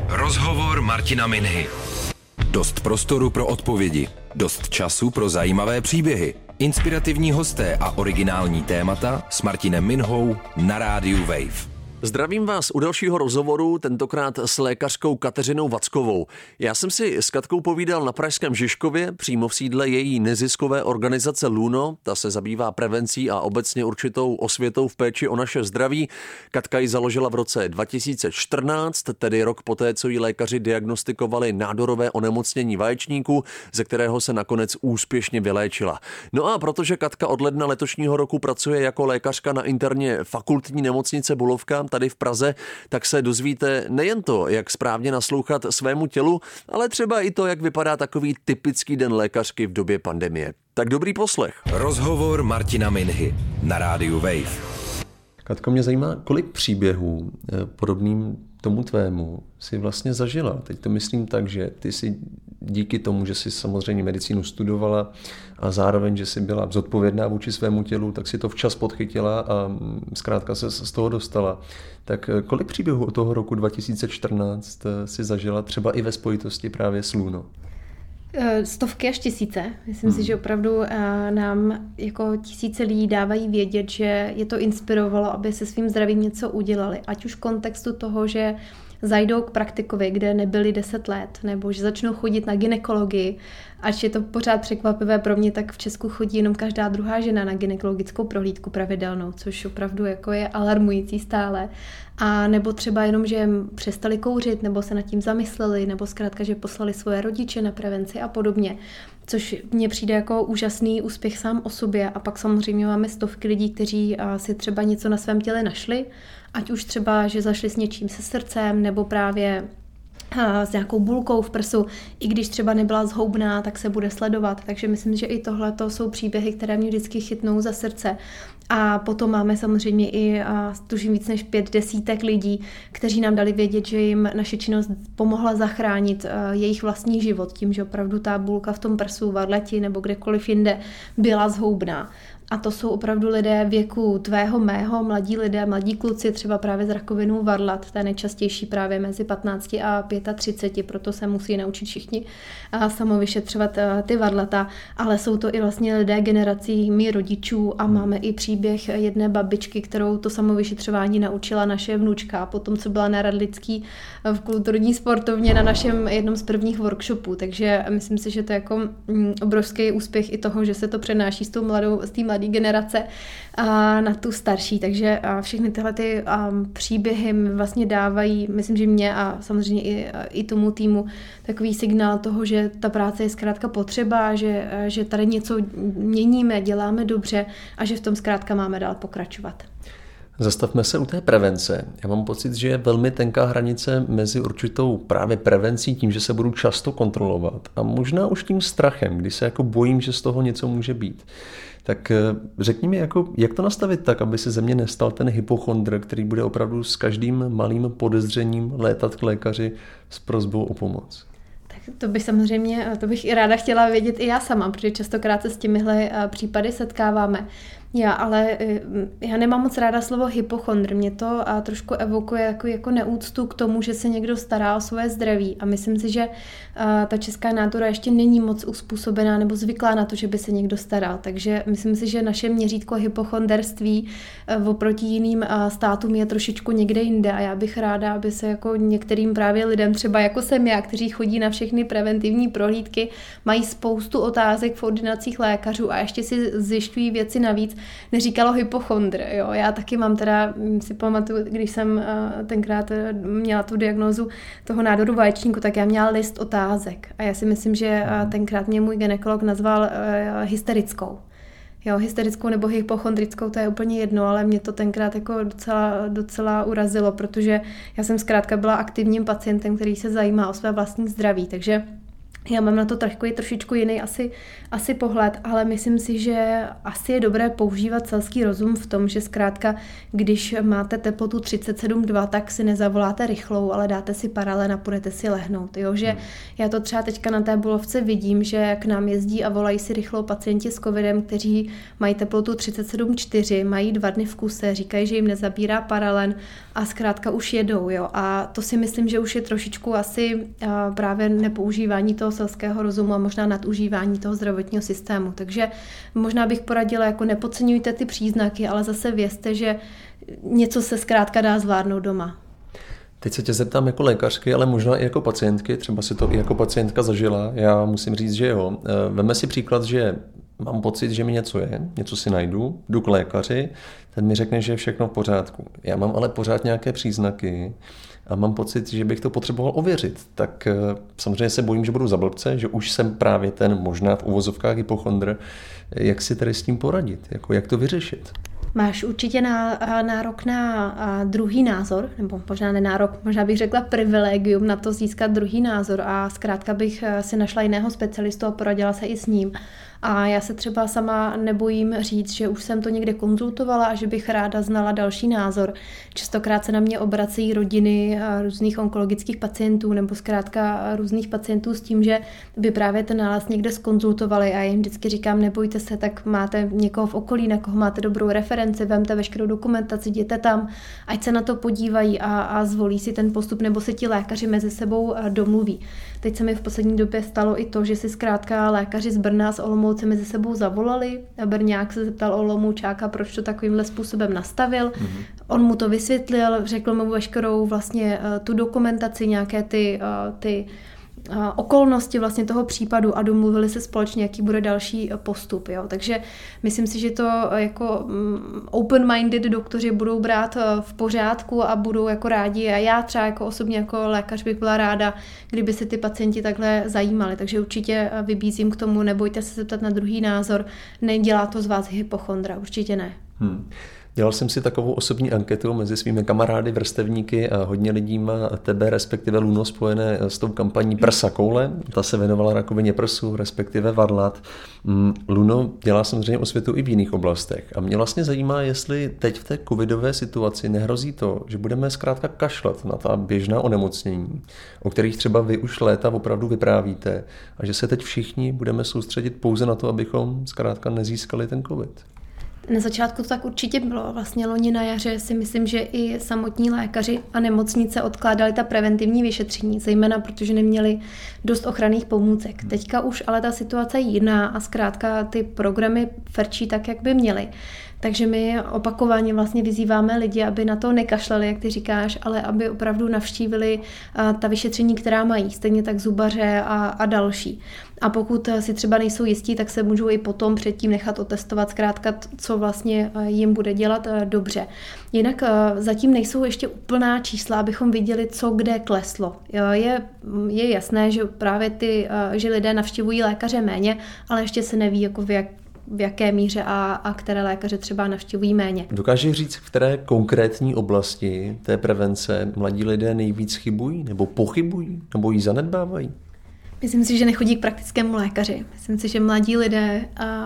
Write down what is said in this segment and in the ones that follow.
Rozhovor Martina Minhy. Dost prostoru pro odpovědi, dost času pro zajímavé příběhy, inspirativní hosté a originální témata s Martinem Minhou na rádiu Wave. Zdravím vás u dalšího rozhovoru, tentokrát s lékařkou Kateřinou Vackovou. Já jsem si s Katkou povídal na pražském Žižkově, přímo v sídle její neziskové organizace Luno. Ta se zabývá prevencí a obecně určitou osvětou v péči o naše zdraví. Katka ji založila v roce 2014, tedy rok poté, co jí lékaři diagnostikovali nádorové onemocnění vaječníků, ze kterého se nakonec úspěšně vyléčila. No a protože Katka od ledna letošního roku pracuje jako lékařka na interně fakultní nemocnice Bulovka tady v Praze, tak se dozvíte nejen to, jak správně naslouchat svému tělu, ale třeba i to, jak vypadá takový typický den lékařky v době pandemie. Tak dobrý poslech. Rozhovor Martina Minhy na rádiu Wave. Katko, mě zajímá, kolik příběhů podobným tomu tvému si vlastně zažila. Teď to myslím tak, že ty si díky tomu, že si samozřejmě medicínu studovala a zároveň, že si byla zodpovědná vůči svému tělu, tak si to včas podchytila a zkrátka se z toho dostala. Tak kolik příběhů od toho roku 2014 si zažila třeba i ve spojitosti právě s Luno? Stovky až tisíce. Myslím si, že opravdu nám jako tisíce lidí dávají vědět, že je to inspirovalo, aby se svým zdravím něco udělali. Ať už v kontextu toho, že zajdou k praktikovi, kde nebyli 10 let, nebo že začnou chodit na gynekologii. Ač je to pořád překvapivé pro mě, tak v Česku chodí jenom každá druhá žena na gynekologickou prohlídku pravidelnou, což opravdu jako je alarmující stále. A nebo třeba jenom, že přestali kouřit, nebo se nad tím zamysleli, nebo zkrátka, že poslali svoje rodiče na prevenci a podobně. Což mně přijde jako úžasný úspěch sám o sobě. A pak samozřejmě máme stovky lidí, kteří si třeba něco na svém těle našli, ať už třeba, že zašli s něčím se srdcem, nebo právě s nějakou bulkou v prsu, i když třeba nebyla zhoubná, tak se bude sledovat. Takže myslím, že i tohle to jsou příběhy, které mě vždycky chytnou za srdce. A potom máme samozřejmě i tužím víc než 5 desítek lidí, kteří nám dali vědět, že jim naše činnost pomohla zachránit jejich vlastní život tím, že opravdu ta bulka v tom prsu, varleti nebo kdekoliv jinde byla zhoubná. A to jsou opravdu lidé věku tvého, mého, mladí lidé, mladí kluci, třeba právě s rakovinou varlat, to je nejčastější právě mezi 15 a 35, proto se musí naučit všichni samovyšetřovat ty varlata, ale jsou to i vlastně lidé generací mých rodičů a máme i příběh jedné babičky, kterou to samovyšetřování naučila naše vnučka, potom co byla na Radlický v kulturní sportovně na našem jednom z prvních workshopů, takže myslím si, že to je jako obrovský úspěch i toho, že se to přenáší z té mladé generace na tu starší, takže všechny tyhle ty příběhy mi vlastně dávají, myslím, že mě a samozřejmě i tomu týmu takový signál toho, že ta práce je zkrátka potřeba, že tady něco měníme, děláme dobře a že v tom zkrátka máme dál pokračovat. Zastavme se u té prevence. Já mám pocit, že je velmi tenká hranice mezi určitou právě prevencí, tím, že se budu často kontrolovat a možná už tím strachem, kdy se jako bojím, že z toho něco může být. Tak řekni mi, jak to nastavit tak, aby se ze mě nestal ten hypochondr, který bude opravdu s každým malým podezřením létat k lékaři s prosbou o pomoc. To bych i ráda chtěla vědět i já sama, protože častokrát se s těmihle případy setkáváme. Já nemám moc ráda slovo hypochondr. Mě to trošku evokuje jako neúctu k tomu, že se někdo stará o svoje zdraví. A myslím si, že ta česká nátura ještě není moc uspůsobená nebo zvyklá na to, že by se někdo staral. Takže myslím si, že naše měřítko hypochonderství oproti jiným státům je trošičku někde jinde. A já bych ráda, aby se jako některým právě lidem, třeba jako jsem já, kteří chodí na všechny preventivní prohlídky, mají spoustu otázek v ordinacích lékařů a ještě si zjišťují věci navíc, neříkalo hypochondr. Jo. Já taky mám si pamatuju, když jsem tenkrát měla tu diagnózu toho nádoru vaječníku, tak já měla list otázek. A já si myslím, že tenkrát mě můj gynekolog nazval hysterickou. Jo, hysterickou nebo hypochondrickou, to je úplně jedno, ale mě to tenkrát jako docela urazilo, protože já jsem zkrátka byla aktivním pacientem, který se zajímá o své vlastní zdraví, takže Já mám na to trošičku jiný asi pohled, ale myslím si, že asi je dobré používat selský rozum v tom, že zkrátka, když máte teplotu 37,2, tak si nezavoláte rychlou, ale dáte si paralen a půjdete si lehnout. Jo? Že já to třeba teďka na té Bulovce vidím, že k nám jezdí a volají si rychlou pacienti s covidem, kteří mají teplotu 37,4, mají 2 dny v kuse, říkají, že jim nezabírá paralen a zkrátka už jedou. Jo? A to si myslím, že už je trošičku asi právě nepoužívání toho selského rozumu a možná nadužívání toho zdravotního systému. Takže možná bych poradila, jako nepodceňujte ty příznaky, ale zase vězte, že něco se zkrátka dá zvládnout doma. Teď se tě zeptám jako lékařky, ale možná i jako pacientky, třeba si to i jako pacientka zažila. Já musím říct, že jo. Veme si příklad, že mám pocit, že mi něco je, něco si najdu, jdu k lékaři, ten mi řekne, že je všechno v pořádku. Já mám ale pořád nějaké příznaky a mám pocit, že bych to potřeboval ověřit. Tak samozřejmě se bojím, že budu za blbce, že už jsem právě ten možná v uvozovkách hypochondr. Jak si tedy s tím poradit? Jak to vyřešit? Máš určitě nárok na druhý názor, nebo možná nenárok, možná bych řekla privilegium na to získat druhý názor a zkrátka bych si našla jiného specialistu a poradila se i s ním. A já se třeba sama nebojím říct, že už jsem to někde konzultovala a že bych ráda znala další názor. Častokrát se na mě obracejí rodiny různých onkologických pacientů nebo zkrátka různých pacientů s tím, že by právě ten nález někde zkonzultovali a jim vždycky říkám, nebojte se, tak máte někoho v okolí, na koho máte dobrou referenci, vemte veškerou dokumentaci, jděte tam, ať se na to podívají a zvolí si ten postup nebo si ti lékaři mezi sebou domluví. Teď se mi v poslední době stalo i to, že si zkrátka lékaři z Brna, z Olomouce mezi sebou zavolali. Brňák se zeptal Olomoučáka, proč to takovýmhle způsobem nastavil. On mu to vysvětlil, řekl mu veškerou vlastně tu dokumentaci, nějaké ty okolnosti vlastně toho případu a domluvili se společně, jaký bude další postup. Jo. Takže myslím si, že to jako open-minded doktoři budou brát v pořádku a budou jako rádi a já třeba jako osobně jako lékař bych byla ráda, kdyby se ty pacienti takhle zajímali. Takže určitě vybízím k tomu, nebojte se zeptat na druhý názor, nedělá to z vás hypochondra, určitě ne. Dělal jsem si takovou osobní anketu mezi svými kamarády, vrstevníky a hodně lidí má tebe, respektive Luno, spojené s tou kampaní Prsa koule. Ta se věnovala rakovině prsu, respektive varlat. Luno dělá samozřejmě osvětu i v jiných oblastech. A mě vlastně zajímá, jestli teď v té covidové situaci nehrozí to, že budeme zkrátka kašlat na ta běžná onemocnění, o kterých třeba vy už léta opravdu vyprávíte, a že se teď všichni budeme soustředit pouze na to, abychom zkrátka nezískali ten covid. Na začátku to tak určitě bylo. Vlastně loni na jaře si myslím, že i samotní lékaři a nemocnice odkládali ta preventivní vyšetření, zejména protože neměli dost ochranných pomůcek. Teďka už ale ta situace je jiná a zkrátka ty programy frčí tak, jak by měly. Takže my opakovaně vlastně vyzýváme lidi, aby na to nekašleli, jak ty říkáš, ale aby opravdu navštívili ta vyšetření, která mají, stejně tak zubaře a další. A pokud si třeba nejsou jistí, tak se můžou i potom předtím nechat otestovat, zkrátka, co vlastně jim bude dělat dobře. Jinak zatím nejsou ještě úplná čísla, abychom viděli, co kde kleslo. Je jasné, že právě že lidé navštěvují lékaře méně, ale ještě se neví, jako v jaké míře a které lékaře třeba navštěvují méně. Dokážeš říct, v které konkrétní oblasti té prevence mladí lidé nejvíc chybují, nebo pochybují, nebo ji zanedbávají? Myslím si, že nechodí k praktickému lékaři. Myslím si, že mladí lidé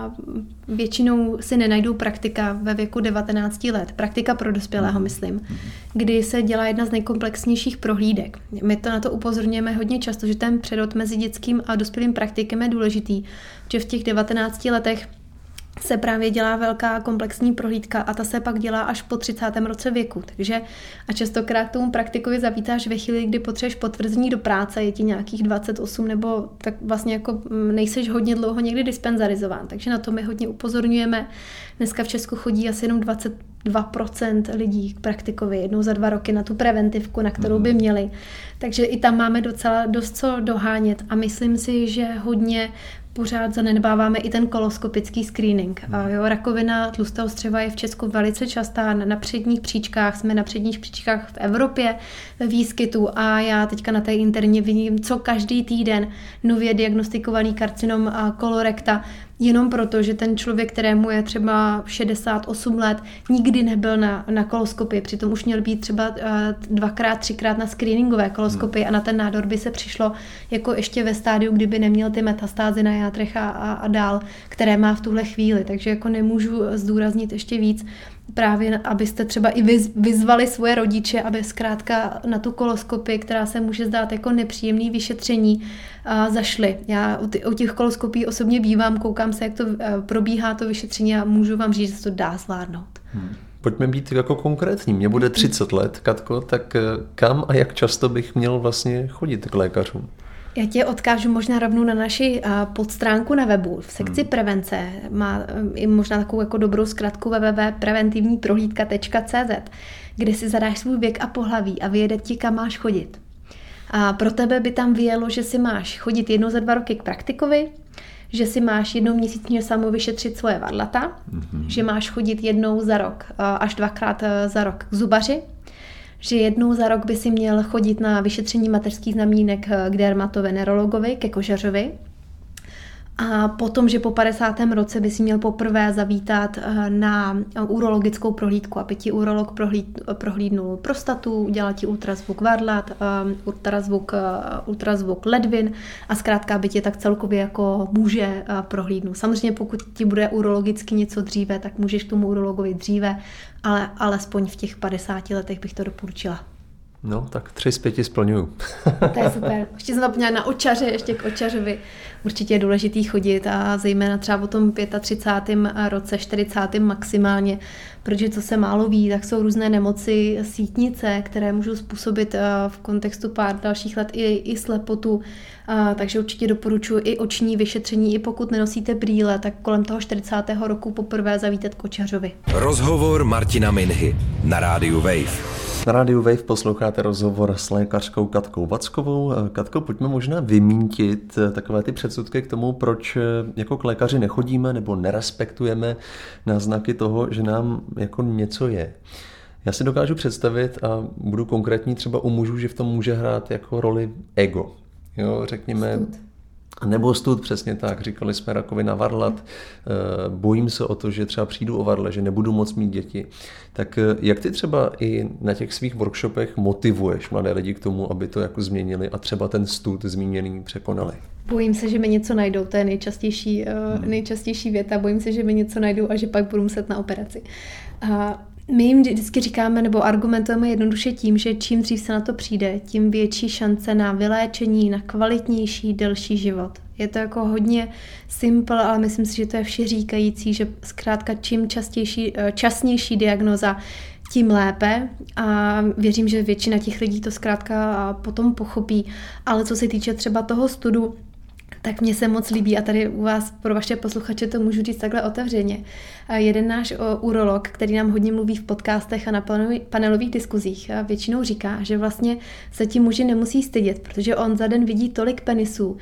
většinou si nenajdou praktika ve věku 19 let. Praktika pro dospělého, myslím, kdy se dělá jedna z nejkomplexnějších prohlídek. My to na to upozorňujeme hodně často, že ten přerod mezi dětským a dospělým praktikem je důležitý, že v těch 19 letech se právě dělá velká komplexní prohlídka a ta se pak dělá až po 30. roce věku. Takže a častokrát tomu praktikovi zavítáš ve chvíli, kdy potřebuješ potvrzení do práce, je ti nějakých 28 nebo tak vlastně jako nejseš hodně dlouho někdy dispenzarizován. Takže na to my hodně upozorňujeme. Dneska v Česku chodí asi jenom 22% lidí k praktikovi jednou za 2 roky na tu preventivku, na kterou by měli. Takže i tam máme docela dost co dohánět a myslím si, že hodně pořád zanedbáváme i ten koloskopický screening. Rakovina tlustého střeva je v Česku velice častá, na předních příčkách, jsme na předních příčkách v Evropě ve výskytu a já teďka na té interně vidím, co každý týden nově diagnostikovaný karcinom kolorekta, jenom proto, že ten člověk, kterému je třeba 68 let, nikdy nebyl na koloskopii, přitom už měl být třeba 2x, 3x na screeningové koloskopii a na ten nádor by se přišlo jako ještě ve stádiu, kdyby neměl ty metastázy na játrech a dál, které má v tuhle chvíli. Takže jako nemůžu zdůraznit ještě víc, právě abyste třeba i vyzvali svoje rodiče, aby zkrátka na tu koloskopii, která se může zdát jako nepříjemný vyšetření, zašli. Já u těch koloskopií osobně bývám, koukám se, jak to probíhá to vyšetření a můžu vám říct, že se to dá zvládnout. Pojďme být jako konkrétní. Mně bude 30 let, Katko, tak kam a jak často bych měl vlastně chodit k lékařům? Já tě odkážu možná rovnou na naši podstránku na webu. V sekci prevence má i možná takovou jako dobrou zkratku www.preventivniprohlídka.cz, kde si zadáš svůj věk a pohlaví a vyjede ti, kam máš chodit. A pro tebe by tam vyjelo, že si máš chodit 1 za 2 roky k praktikovi, že si máš 1 měsíčně samovyšetřit svoje varlata, že máš chodit 1 za rok až 2x za rok k zubaři, že 1 za rok by si měl chodit na vyšetření mateřských znamínek k dermatovenerologovi, ke kožařovi. A potom, že po 50. roce by si měl poprvé zavítat na urologickou prohlídku, aby ti urolog prohlídnul prostatu, udělal ti ultrazvuk varlat, ultrazvuk ledvin a zkrátka aby tě tak celkově jako muže prohlídnul. Samozřejmě pokud ti bude urologicky něco dříve, tak můžeš k tomu urologovi dříve, ale alespoň v těch 50 letech bych to doporučila. No, tak 3 z 5 splňuju. To je super. Ještě jsem zapomněla na očaře, ještě k očařovi. Určitě je důležitý chodit a zejména třeba o tom 35. roce, 40. maximálně, protože co se málo ví, tak jsou různé nemoci sítnice, které můžou způsobit v kontextu pár dalších let i slepotu. Takže určitě doporučuji i oční vyšetření, i pokud nenosíte brýle, tak kolem toho 40. roku poprvé zavítat k očařovi. Rozhovor Martina Minhy na rádiu Wave. Na rádiu Wave posloucháte rozhovor s lékařkou Katkou Vackovou. Katko, pojďme možná vymítit takové ty předsudky k tomu, proč jako k lékaři nechodíme nebo nerespektujeme náznaky toho, že nám jako něco je. Já si dokážu představit a budu konkrétní třeba u mužů, že v tom může hrát jako roli ego. Jo, řekněme... Nebo stud, přesně tak, říkali jsme rakovina varlat, bojím se o to, že třeba přijdu o varle, že nebudu moc mít děti. Tak jak ty třeba i na těch svých workshopech motivuješ mladé lidi k tomu, aby to jako změnili a třeba ten stud zmíněný překonali? Bojím se, že mi něco najdou, to je nejčastější věta, bojím se, že mi něco najdou a že pak budu muset na operaci. My jim vždycky říkáme nebo argumentujeme jednoduše tím, že čím dřív se na to přijde, tím větší šance na vyléčení, na kvalitnější, delší život. Je to jako hodně simple, ale myslím si, že to je všeříkající, že zkrátka čím časnější diagnoza, tím lépe a věřím, že většina těch lidí to zkrátka potom pochopí. Ale co se týče třeba toho studu, tak mně se moc líbí a tady u vás pro vaše posluchače to můžu říct takhle otevřeně. Jeden náš urolog, který nám hodně mluví v podcastech a na panelových diskuzích, většinou říká, že vlastně se ti muži nemusí stydět, protože on za den vidí tolik penisů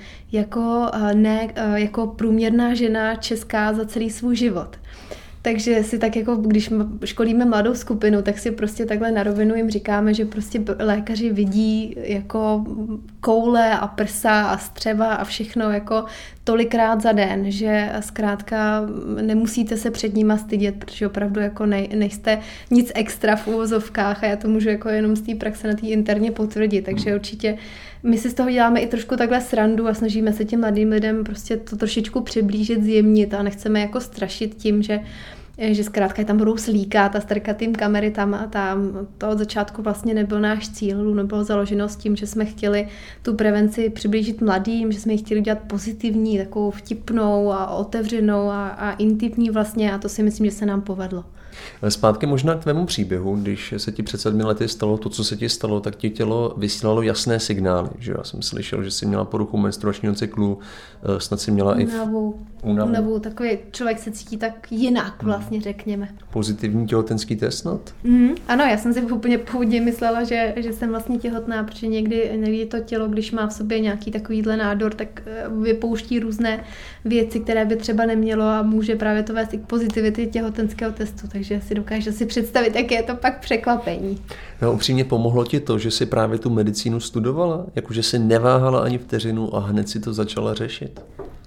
jako průměrná žena česká za celý svůj život. Takže si tak jako, když školíme mladou skupinu, tak si prostě takhle na rovinu jim říkáme, že prostě lékaři vidí jako koule a prsa a střeva a všechno jako tolikrát za den, že zkrátka nemusíte se před nima stydět, protože opravdu jako nejste nic extra v uvozovkách a já to můžu jako jenom z té praxe na té interně potvrdit, takže určitě my si z toho děláme i trošku takhle srandu a snažíme se těm mladým lidem prostě to trošičku přiblížit, zjemnit a nechceme jako strašit tím, že zkrátka tam budou slíkat a strkat jim kamery tam a tam. To od začátku vlastně nebyl náš cíl, nebylo založeno s tím, že jsme chtěli tu prevenci přiblížit mladým, že jsme ji chtěli dělat pozitivní, takovou vtipnou a otevřenou a intimní vlastně a to si myslím, že se nám povedlo. Zpátky možná k tvému příběhu, když se ti před 7 lety stalo to, co se ti stalo, tak ti tělo vysílalo jasné signály. Že? Já jsem slyšel, že jsi měla poruchu menstruačního cyklu, snad si měla únavu. Takový člověk se cítí tak jinak vlastně, řekněme. Pozitivní těhotenský test snad? Ano, já jsem si úplně původně myslela, že jsem vlastně těhotná, protože někdy to tělo, když má v sobě nějaký takovýhle nádor, tak vypouští různé věci, které by třeba nemělo a může právě to vést i k pozitivitě těhotenského testu. Takže si dokážu si představit, jak je to pak překvapení. No upřímně pomohlo ti to, že jsi právě tu medicínu studovala? Jakože jsi neváhala ani vteřinu a hned si to začala řešit?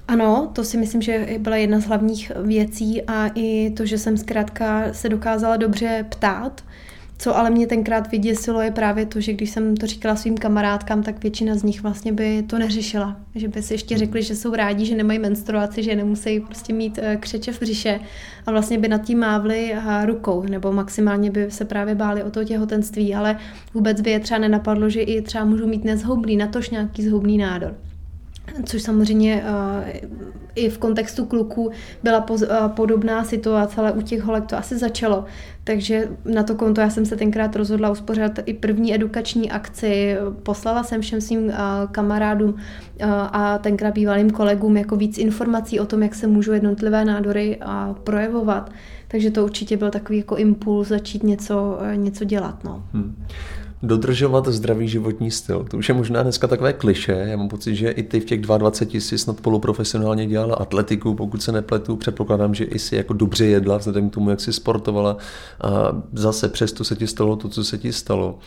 Ano, to si myslím, že byla jedna z hlavních věcí a i to, že jsem zkrátka se dokázala dobře ptát. Co ale mě tenkrát vyděsilo je právě to, že když jsem to říkala svým kamarádkám, tak většina z nich vlastně by to neřešila. Že by si ještě řekli, že jsou rádi, že nemají menstruaci, že nemusí prostě mít křeče v břiše a vlastně by nad tím mávli rukou, nebo maximálně by se právě báli o to těhotenství, ale vůbec by je třeba nenapadlo, že i třeba můžu mít nezhoubný, natož nějaký zhoubný nádor. Což samozřejmě i v kontextu kluků byla podobná situace, ale u těch holek to asi začalo. Takže na to konto já jsem se tenkrát rozhodla uspořádat i první edukační akci. Poslala jsem všem svým kamarádům a tenkrát bývalým kolegům jako víc informací o tom, jak se můžou jednotlivé nádory projevovat. Takže to určitě byl takový jako impuls začít něco dělat. No. Dodržovat zdravý životní styl. To už je možná dneska takové klišé. Já mám pocit, že i ty v těch 22 si snad poloprofesionálně dělala atletiku, pokud se nepletu. Předpokládám, že i si jako dobře jedla, vzhledem k tomu, jak si sportovala. A zase přesto se ti stalo to, co se ti stalo.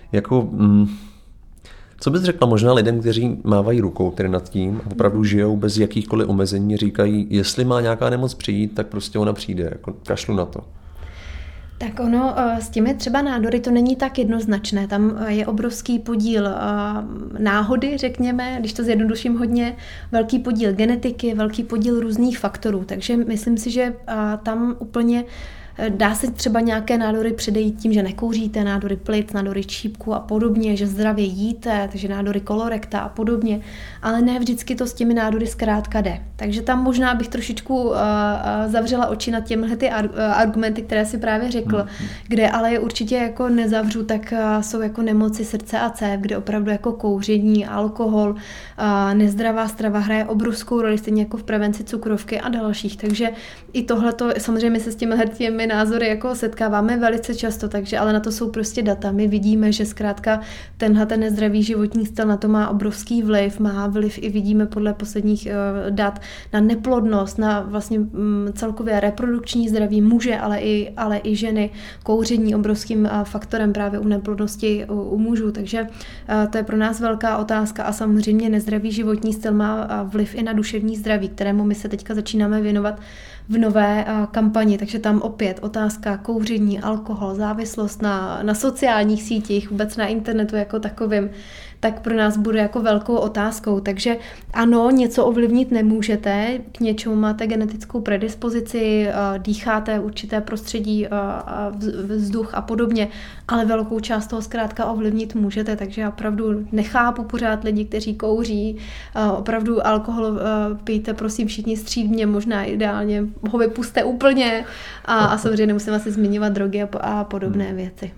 Co bys řekla možná lidem, kteří mávají rukou tedy nad tím a opravdu žijou bez jakýchkoliv omezení, říkají, jestli má nějaká nemoc přijít, tak prostě ona přijde, jako kašlu na to. Tak ono s těmi třeba nádory to není tak jednoznačné. Tam je obrovský podíl náhody, řekněme, když to zjednoduším hodně, velký podíl genetiky, velký podíl různých faktorů. Takže myslím si, že tam úplně dá se třeba nějaké nádory předejít tím, že nekouříte, nádory plic, nádory čípku a podobně, že zdravě jíte, takže nádory kolorekta a podobně, ale ne vždycky to s těmi nádory zkrátka jde. Takže tam možná bych trošičku zavřela oči nad těmhle ty argumenty, které si právě řekl, kde ale je určitě jako nezavřu, tak jsou jako nemoci srdce a cév, kde opravdu jako kouření, alkohol, nezdravá strava hraje obrovskou roli, stejně jako v prevenci cukrovky a dalších. Takže i tohleto, samozřejmě se s těmi názory jako setkáváme velice často, takže ale na to jsou prostě data. My vidíme, že zkrátka ten nezdravý životní styl na to má obrovský vliv, má vliv i vidíme podle posledních dat na neplodnost, na vlastně celkově reprodukční zdraví muže, ale i ženy, kouření obrovským faktorem právě u neplodnosti u mužů, takže to je pro nás velká otázka a samozřejmě nezdravý životní styl má vliv i na duševní zdraví, kterému my se teďka začínáme věnovat v nové kampani, takže tam opět otázka kouření, alkohol, závislost na sociálních sítích, vůbec na internetu jako takovým, tak pro nás bude jako velkou otázkou. Takže ano, něco ovlivnit nemůžete, k něčemu máte genetickou predispozici, dýcháte určité prostředí, vzduch a podobně, ale velkou část toho zkrátka ovlivnit můžete, takže já opravdu nechápu pořád lidi, kteří kouří, opravdu alkohol pijte, prosím všichni střídmě, možná ideálně ho vypuste úplně a samozřejmě nemusím asi zmiňovat drogy a podobné věci.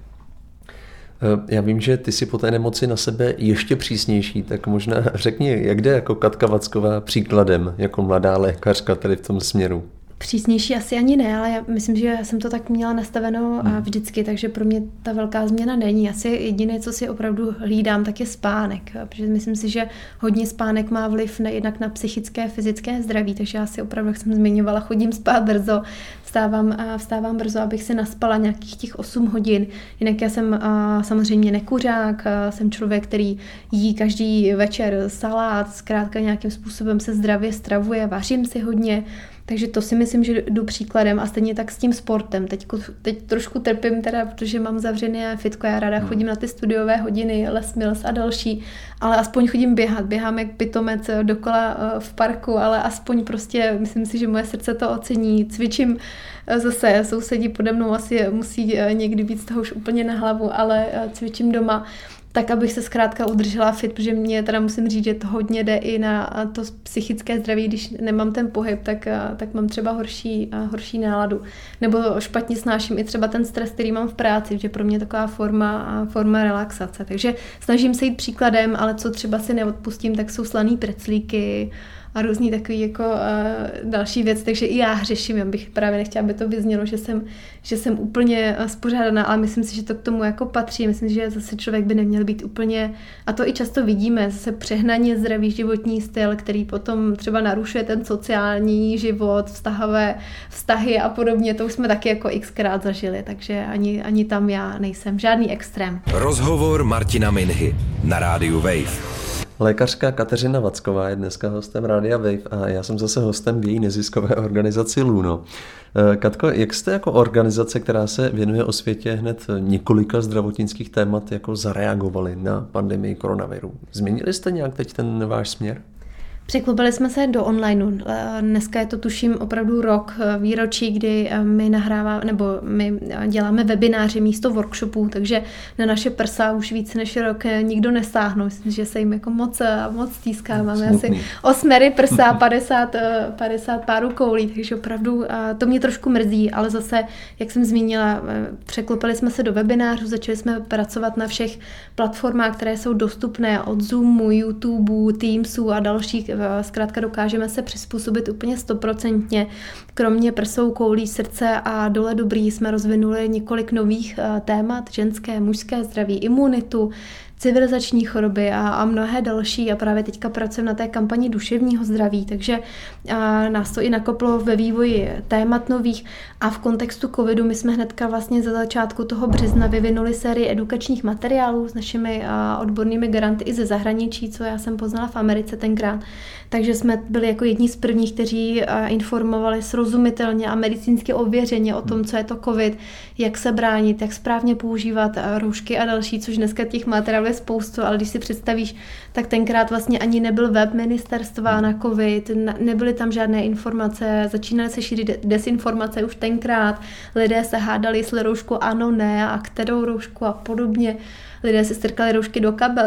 Já vím, že ty jsi po té nemoci na sebe ještě přísnější, tak možná řekni, jak jde jako Katka Vacková příkladem, jako mladá lékařka tady v tom směru? Přísnější asi ani ne, ale já myslím, že jsem to tak měla nastaveno vždycky, takže pro mě ta velká změna není. Asi jediné, co si opravdu hlídám, tak je spánek, protože myslím si, že hodně spánek má vliv jednak na psychické, fyzické zdraví, takže já si opravdu, jak jsem zmiňovala, chodím spát brzo, vstávám brzo, abych si naspala nějakých těch 8 hodin. Jinak já jsem samozřejmě nekuřák, jsem člověk, který jí každý večer salát, zkrátka nějakým způsobem se zdravě stravuje, vařím si hodně. Takže to si myslím, že jdu příkladem a stejně tak s tím sportem. Teď trošku trpím teda, protože mám zavřené fitko, já ráda chodím na ty studiové hodiny, Les Mills a další, ale aspoň chodím běhat. Běhám jak pitomec dokola v parku, ale aspoň prostě myslím si, že moje srdce to ocení. Cvičím zase, sousedí pode mnou asi musí někdy být z toho už úplně na hlavu, ale cvičím doma. Tak, abych se zkrátka udržela fit, protože mě teda musím říct, že to hodně jde i na to psychické zdraví, když nemám ten pohyb, tak mám třeba horší náladu. Nebo špatně snáším i třeba ten stres, který mám v práci, že pro mě je taková forma relaxace. Takže snažím se jít příkladem, ale co třeba si neodpustím, tak jsou slaný preclíky a různý takový jako další věc, takže i já hřeším, já bych právě nechtěla, aby to vyznělo, že jsem úplně spořádaná, ale myslím si, že to k tomu jako patří, myslím, že zase člověk by neměl být úplně, a to i často vidíme, zase přehnaně zdravý životní styl, který potom třeba narušuje ten sociální život, vztahy a podobně, to už jsme taky jako xkrát zažili, takže ani tam já nejsem, žádný extrém. Rozhovor Martina Minhy na rádiu Wave. Lékařka Kateřina Vacková je dneska hostem Rádia Wave a já jsem zase hostem v její neziskové organizaci Luno. Katko, jak jste jako organizace, která se věnuje osvětě hned několika zdravotnických témat, jako zareagovali na pandemii koronaviru? Změnili jste nějak teď ten váš směr? Překlopili jsme se do onlineu. Dneska je to tuším opravdu rok výročí, kdy my děláme webináře místo workshopů, takže na naše prsa už více než rok nikdo nesáhnou. Myslím, že se jim jako moc stýská. Máme asi 8 prsa, 50 párů koulí, takže opravdu to mě trošku mrzí, ale zase, jak jsem zmínila, překlopili jsme se do webinářů, začali jsme pracovat na všech platformách, které jsou dostupné od Zoomu, YouTubeu, Teamsu a dalších. Zkrátka dokážeme se přizpůsobit úplně 100%. Kromě prsou, koulí, srdce a dole dobrý jsme rozvinuli několik nových témat, ženské, mužské zdraví, imunitu, civilizační choroby a mnohé další a právě teďka pracujeme na té kampani duševního zdraví, takže nás to i nakoplo ve vývoji témat nových a v kontextu covidu my jsme hnedka vlastně za začátku toho března vyvinuli sérii edukačních materiálů s našimi odbornými garanty i ze zahraničí, co já jsem poznala v Americe tenkrát, takže jsme byli jako jedni z prvních, kteří informovali srozumitelně a medicínsky ověřeně o tom, co je to covid, jak se bránit, jak správně používat roušky a další, což dneska těch materiálů je spoustu, ale když si představíš, tak tenkrát vlastně ani nebyl web ministerstva na covid, nebyly tam žádné informace, začínaly se šířit desinformace už tenkrát, lidé se hádali, jestli roušku ano, ne a kterou roušku a podobně. Lidé si strkali roušky do kabel,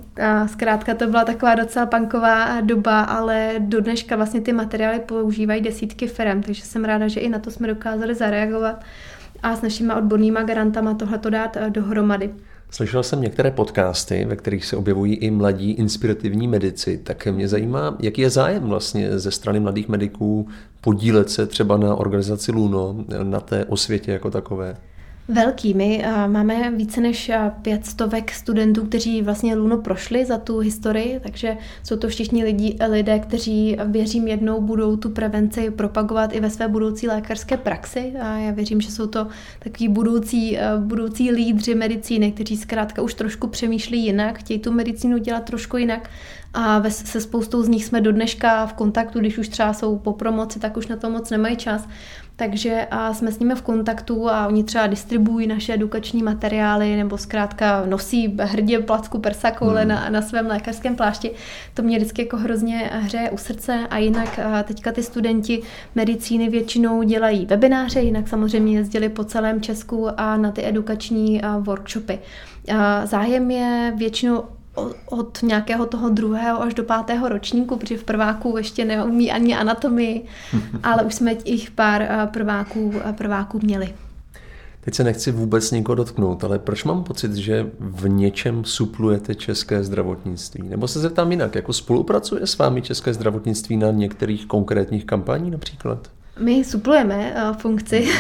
a zkrátka to byla taková docela punková doba, ale do dneška vlastně ty materiály používají desítky firem, takže jsem ráda, že i na to jsme dokázali zareagovat a s našimi odbornýma garantama tohleto dát dohromady. Slyšel jsem některé podcasty, ve kterých se objevují i mladí inspirativní medici, tak mě zajímá, jaký je zájem vlastně ze strany mladých mediků podílet se třeba na organizaci Luno, na té osvětě jako takové. Velký. My máme více než 500 studentů, kteří vlastně Luno prošli za tu historii, takže jsou to všichni lidé, kteří věřím jednou budou tu prevenci propagovat i ve své budoucí lékařské praxi a já věřím, že jsou to takový budoucí lídři medicíny, kteří zkrátka už trošku přemýšlí jinak, chtějí tu medicínu dělat trošku jinak a se spoustou z nich jsme do dneška v kontaktu, když už třeba jsou po promoci, tak už na to moc nemají čas. Takže jsme s nimi v kontaktu a oni třeba distribuují naše edukační materiály nebo zkrátka nosí hrdě placku prsa koule na svém lékařském plášti. To mě vždycky jako hrozně hřeje u srdce a jinak teďka ty studenti medicíny většinou dělají webináře, jinak samozřejmě jezdili po celém Česku a na ty edukační workshopy. Zájem je většinou od nějakého toho 2. až do 5. ročníku, protože v prváku ještě neumí ani anatomii, ale už jsme jich pár prváků měli. Teď se nechci vůbec nikoho dotknout, ale proč mám pocit, že v něčem suplujete české zdravotnictví? Nebo se zeptám jinak, jako spolupracuje s vámi české zdravotnictví na některých konkrétních kampaních například? My suplujeme funkci.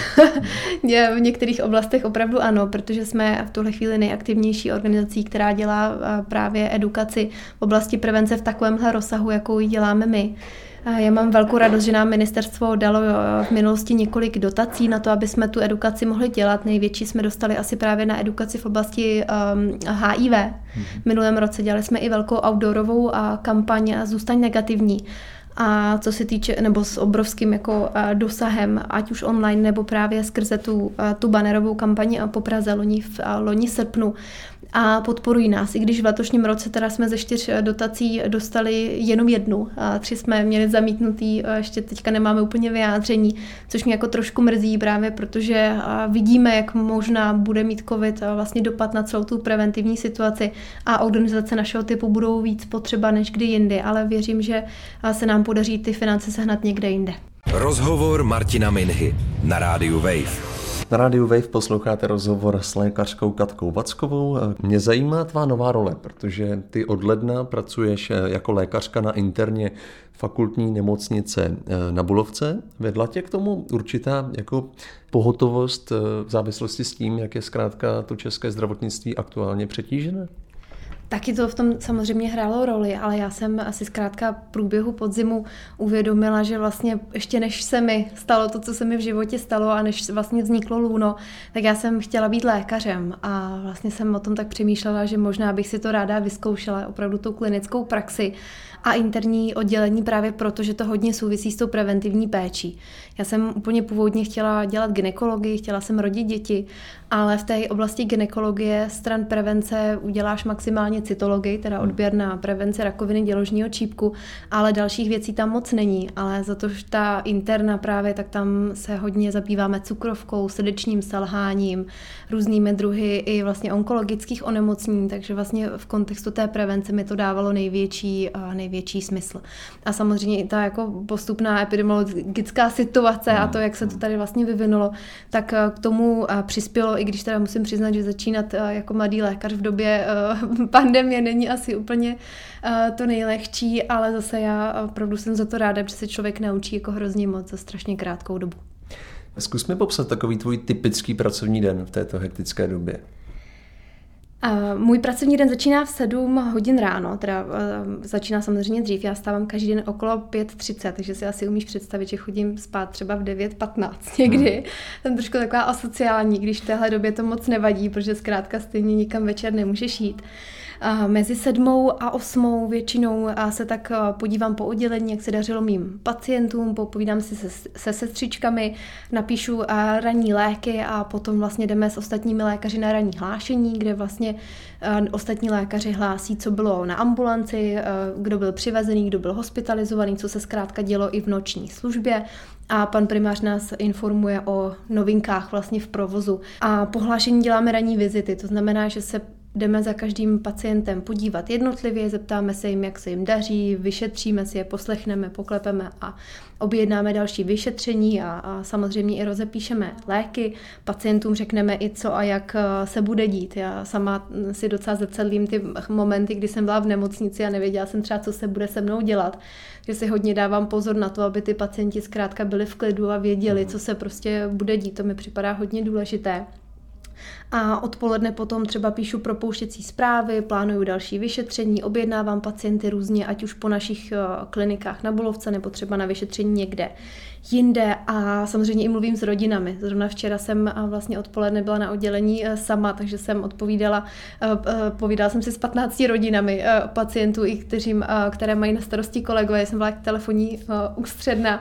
V některých oblastech opravdu ano, protože jsme v tuhle chvíli nejaktivnější organizací, která dělá právě edukaci v oblasti prevence v takovémhle rozsahu, jakou ji děláme my. Já mám velkou radost, že nám ministerstvo dalo v minulosti několik dotací na to, aby jsme tu edukaci mohli dělat. Největší jsme dostali asi právě na edukaci v oblasti HIV. V minulém roce dělali jsme i velkou outdoorovou kampaň Zůstaň negativní. A co se týče, nebo s obrovským jako dosahem, ať už online, nebo právě skrze tu bannerovou kampaň po Praze loni srpnu. A podporují nás, i když v letošním roce teda jsme ze 4 dotací dostali jenom 1. 3 jsme měli zamítnutý, ještě teďka nemáme úplně vyjádření, což mě jako trošku mrzí právě, protože vidíme, jak možná bude mít covid vlastně dopad na celou tu preventivní situaci a organizace našeho typu budou víc potřeba než kdy jindy, ale věřím, že se nám podaří ty finance sehnat někde jinde. Rozhovor Martina Minhy na rádiu Wave. Na rádiu Wave posloucháte rozhovor s lékařkou Katkou Vackovou. Mě zajímá tvá nová role, protože ty od ledna pracuješ jako lékařka na interně fakultní nemocnice na Bulovce. Vedla tě k tomu určitá jako pohotovost v závislosti s tím, jak je zkrátka to české zdravotnictví aktuálně přetížené? Taky to v tom samozřejmě hrálo roli, ale já jsem asi zkrátka v průběhu podzimu uvědomila, že vlastně ještě než se mi stalo to, co se mi v životě stalo a než vlastně vzniklo Luno, tak já jsem chtěla být lékařem a vlastně jsem o tom tak přemýšlela, že možná bych si to ráda vyzkoušela, opravdu tu klinickou praxi a interní oddělení právě proto, že to hodně souvisí s tou preventivní péčí. Já jsem úplně původně chtěla dělat gynekologii, chtěla jsem rodit děti, ale v té oblasti gynekologie stran prevence uděláš maximálně cytologii, teda odběr na prevenci rakoviny děložního čípku, ale dalších věcí tam moc není. Ale za to, že ta interna právě, tak tam se hodně zabýváme cukrovkou, srdečním selháním, různými druhy i vlastně onkologických onemocnění, takže vlastně v kontextu té prevence mi to dávalo největší smysl. A samozřejmě i ta jako postupná epidemiologická situace a to, jak se to tady vlastně vyvinulo, tak k tomu přispělo, i když teda musím přiznat, že začínat jako mladý lékař v době pandemie není asi úplně to nejlehčí, ale zase já opravdu jsem za to ráda, že se člověk naučí jako hrozně moc za strašně krátkou dobu. Zkus mi popsat takový tvůj typický pracovní den v této hektické době. Můj pracovní den začíná v 7 hodin ráno, teda začíná samozřejmě dřív, já stávám každý den okolo 5:30, takže si asi umíš představit, že chodím spát třeba v 9:15 někdy. Jsem trošku taková asociální, když v téhle době to moc nevadí, protože zkrátka stejně nikam večer nemůžeš jít. Mezi 7 a 8 většinou se tak podívám po oddělení, jak se dařilo mým pacientům, popovídám si se sestřičkami, napíšu ranní léky a potom vlastně jdeme s ostatními lékaři na ranní hlášení, kde vlastně ostatní lékaři hlásí, co bylo na ambulanci, kdo byl přivezený, kdo byl hospitalizovaný, co se zkrátka dělo i v noční službě. A pan primář nás informuje o novinkách vlastně v provozu. A po hlášení děláme ranní vizity, to znamená, že se jdeme za každým pacientem podívat jednotlivě, zeptáme se jim, jak se jim daří, vyšetříme si je, poslechneme, poklepeme a objednáme další vyšetření a samozřejmě i rozepíšeme léky. Pacientům řekneme i co a jak se bude dít. Já sama si docela zrcadlím ty momenty, kdy jsem byla v nemocnici a nevěděla jsem třeba, co se bude se mnou dělat. Že si hodně dávám pozor na to, aby ty pacienti zkrátka byli v klidu a věděli, co se prostě bude dít. To mi připadá hodně důležité. A odpoledne potom třeba píšu propouštěcí zprávy, plánuju další vyšetření, objednávám pacienty různě, ať už po našich klinikách na Bulovce nebo třeba na vyšetření někde jinde a samozřejmě i mluvím s rodinami. Zrovna včera jsem vlastně odpoledne byla na oddělení sama, takže jsem povídala jsem si s 15 rodinami pacientů, i které mají na starosti kolegové, jsem byla telefonní ústředna.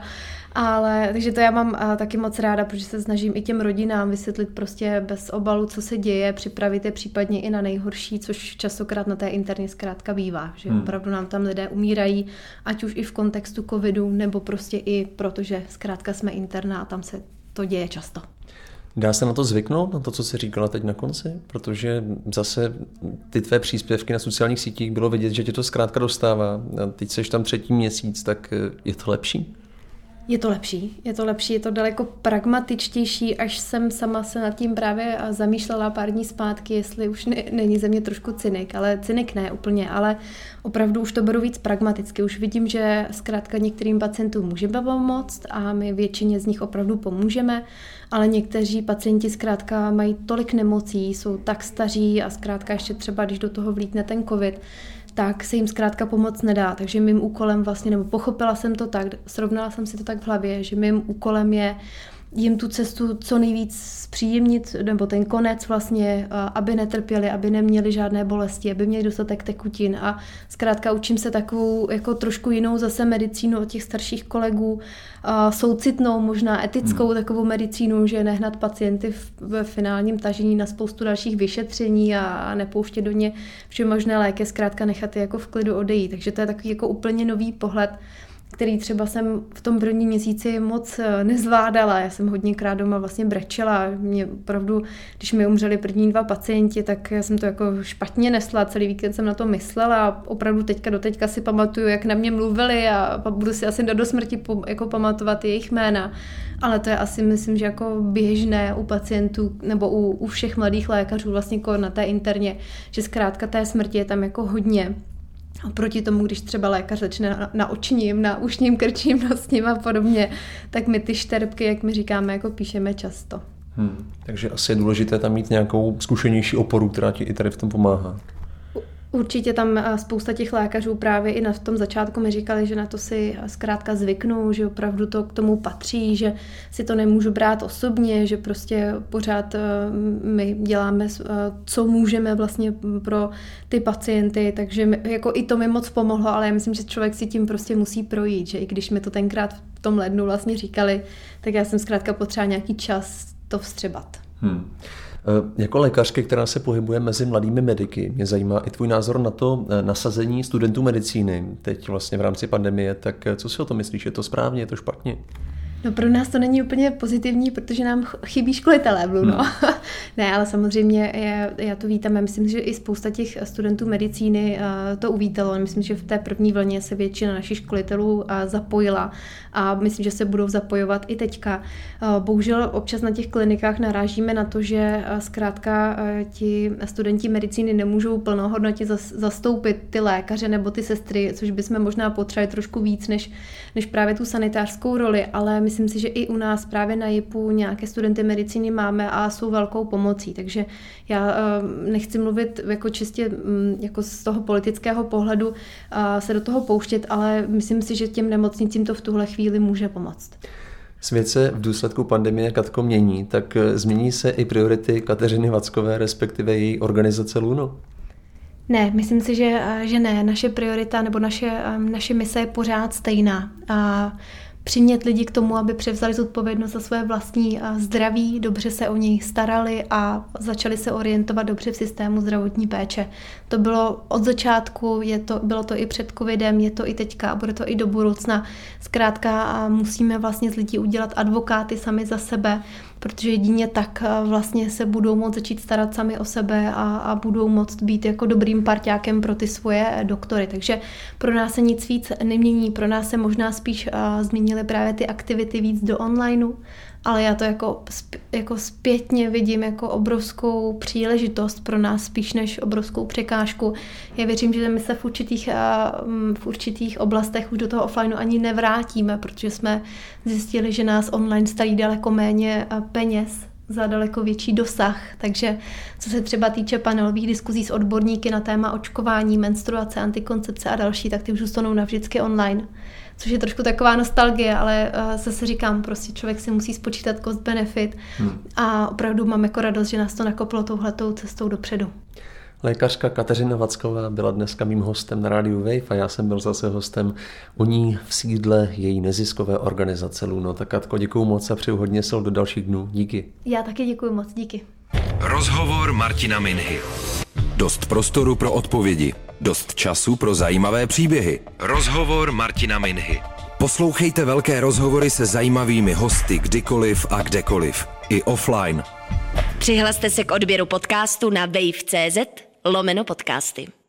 Takže to já mám taky moc ráda, protože se snažím i těm rodinám vysvětlit prostě bez obalu, co se děje, připravit je případně i na nejhorší, což častokrát na té interně zkrátka bývá, že opravdu nám tam lidé umírají, ať už i v kontextu covidu, nebo prostě i protože zkrátka jsme interna a tam se to děje často. Dá se na to zvyknout, na to, co jsi říkala teď na konci? Protože zase ty tvé příspěvky na sociálních sítích bylo vidět, že tě to zkrátka dostává. A teď seš tam 3. měsíc, tak je to lepší? Je to lepší, je to daleko pragmatičtější, až jsem sama se nad tím právě zamýšlela pár dní zpátky, jestli už není ze mě trošku cynik, ale cynik ne úplně, ale opravdu už to beru víc pragmaticky. Už vidím, že zkrátka některým pacientům můžeme pomoct a my většině z nich opravdu pomůžeme, ale někteří pacienti zkrátka mají tolik nemocí, jsou tak staří a zkrátka ještě třeba, když do toho vlítne ten covid, tak se jim zkrátka pomoc nedá. Takže mým úkolem vlastně, nebo pochopila jsem to tak, srovnala jsem si to tak v hlavě, že mým úkolem je jim tu cestu co nejvíc zpříjemnit, nebo ten konec vlastně, aby netrpěli, aby neměli žádné bolesti, aby měli dostatek tekutin a zkrátka učím se takovou jako trošku jinou zase medicínu od těch starších kolegů, soucitnou, možná etickou takovou medicínu, že nehnat pacienty ve finálním tažení na spoustu dalších vyšetření a nepouštět do ně vše možné léky, zkrátka nechat je jako v klidu odejít. Takže to je takový jako úplně nový pohled, který třeba jsem v tom prvním měsíci moc nezvládala. Já jsem hodněkrát doma vlastně brečela. Mě opravdu, když mi umřeli první 2 pacienti, tak já jsem to jako špatně nesla. Celý víkend jsem na to myslela a opravdu doteďka si pamatuju, jak na mě mluvili a budu si asi do smrti jako pamatovat jejich jména. Ale to je asi, myslím, že jako běžné u pacientů nebo u všech mladých lékařů vlastně na té interně, že zkrátka té smrti je tam jako hodně. Oproti tomu, když třeba lékař začne na očním, na ušním, krčním, nosním a podobně, tak my ty šterpky, jak my říkáme, jako píšeme často. Takže asi je důležité tam mít nějakou zkušenější oporu, která ti i tady v tom pomáhá. Určitě tam spousta těch lékařů právě i na tom začátku mi říkali, že na to si zkrátka zvyknou, že opravdu to k tomu patří, že si to nemůžu brát osobně, že prostě pořád my děláme, co můžeme vlastně pro ty pacienty, takže jako i to mi moc pomohlo, ale já myslím, že člověk si tím prostě musí projít, že i když mi to tenkrát v tom lednu vlastně říkali, tak já jsem zkrátka potřeba nějaký čas to vstřebat. Jako lékařky, která se pohybuje mezi mladými mediky, mě zajímá i tvůj názor na to nasazení studentů medicíny teď vlastně v rámci pandemie, tak co si o tom myslíš? Je to správně, je to špatně? No pro nás to není úplně pozitivní, protože nám chybí školitelé v Luno. Ne, ale samozřejmě já to vítám. Já myslím, že i spousta těch studentů medicíny to uvítalo. Myslím, že v té první vlně se většina našich školitelů zapojila a myslím, že se budou zapojovat i teďka. Bohužel občas na těch klinikách narážíme na to, že zkrátka ti studenti medicíny nemůžou plnohodnotně zastoupit ty lékaře nebo ty sestry, což bychom možná potřebovali trošku víc než právě tu sanitářskou roli, ale myslím si, že i u nás právě na JIPu nějaké studenty medicíny máme a jsou velkou pomocí, takže já nechci mluvit jako čistě jako z toho politického pohledu se do toho pouštět, ale myslím si, že těm nemocnicím to v tuhle chvíli může pomoct. Svět se v důsledku pandemie, Katko, mění, tak změní se i priority Kateřiny Vackové, respektive její organizace LUNO? Ne, myslím si, že ne. Naše priorita nebo naše mise je pořád stejná. Přimět lidi k tomu, aby převzali zodpovědnost za své vlastní zdraví, dobře se o něj starali a začali se orientovat dobře v systému zdravotní péče. To bylo od začátku, bylo to i před covidem, je to i teďka a bude to i do budoucna. Zkrátka musíme vlastně z lidí udělat advokáty sami za sebe, protože jedině tak vlastně se budou moct začít starat sami o sebe a budou moct být jako dobrým parťákem pro ty svoje doktory. Takže pro nás se nic víc nemění, pro nás se možná spíš změnily právě ty aktivity víc do onlineu, ale já to jako zpětně vidím jako obrovskou příležitost pro nás spíš než obrovskou překážku. Já věřím, že my se v určitých oblastech už do toho offlineu ani nevrátíme, protože jsme zjistili, že nás online stají daleko méně peněz za daleko větší dosah. Takže co se třeba týče panelových diskuzí s odborníky na téma očkování, menstruace, antikoncepce a další, tak ty už zůstanou navždycky online. Což je trošku taková nostalgie, ale zase říkám, prostě člověk si musí spočítat cost benefit a opravdu mám jako radost, že nás to nakoplo touhletou cestou dopředu. Lékařka Kateřina Vacková byla dneska mým hostem na rádiu Wave a já jsem byl zase hostem u ní v sídle její neziskové organizace LUNO. Tak Katko, děkuju moc a přeju hodně sil do dalších dnů. Díky. Já taky děkuju moc, díky. Rozhovor Martina Minhy. Dost prostoru pro odpovědi. Dost času pro zajímavé příběhy. Rozhovor Martina Minhy. Poslouchejte velké rozhovory se zajímavými hosty kdykoliv a kdekoliv. I offline. Přihlaste se k odběru podcastu na wave.cz/podcasty.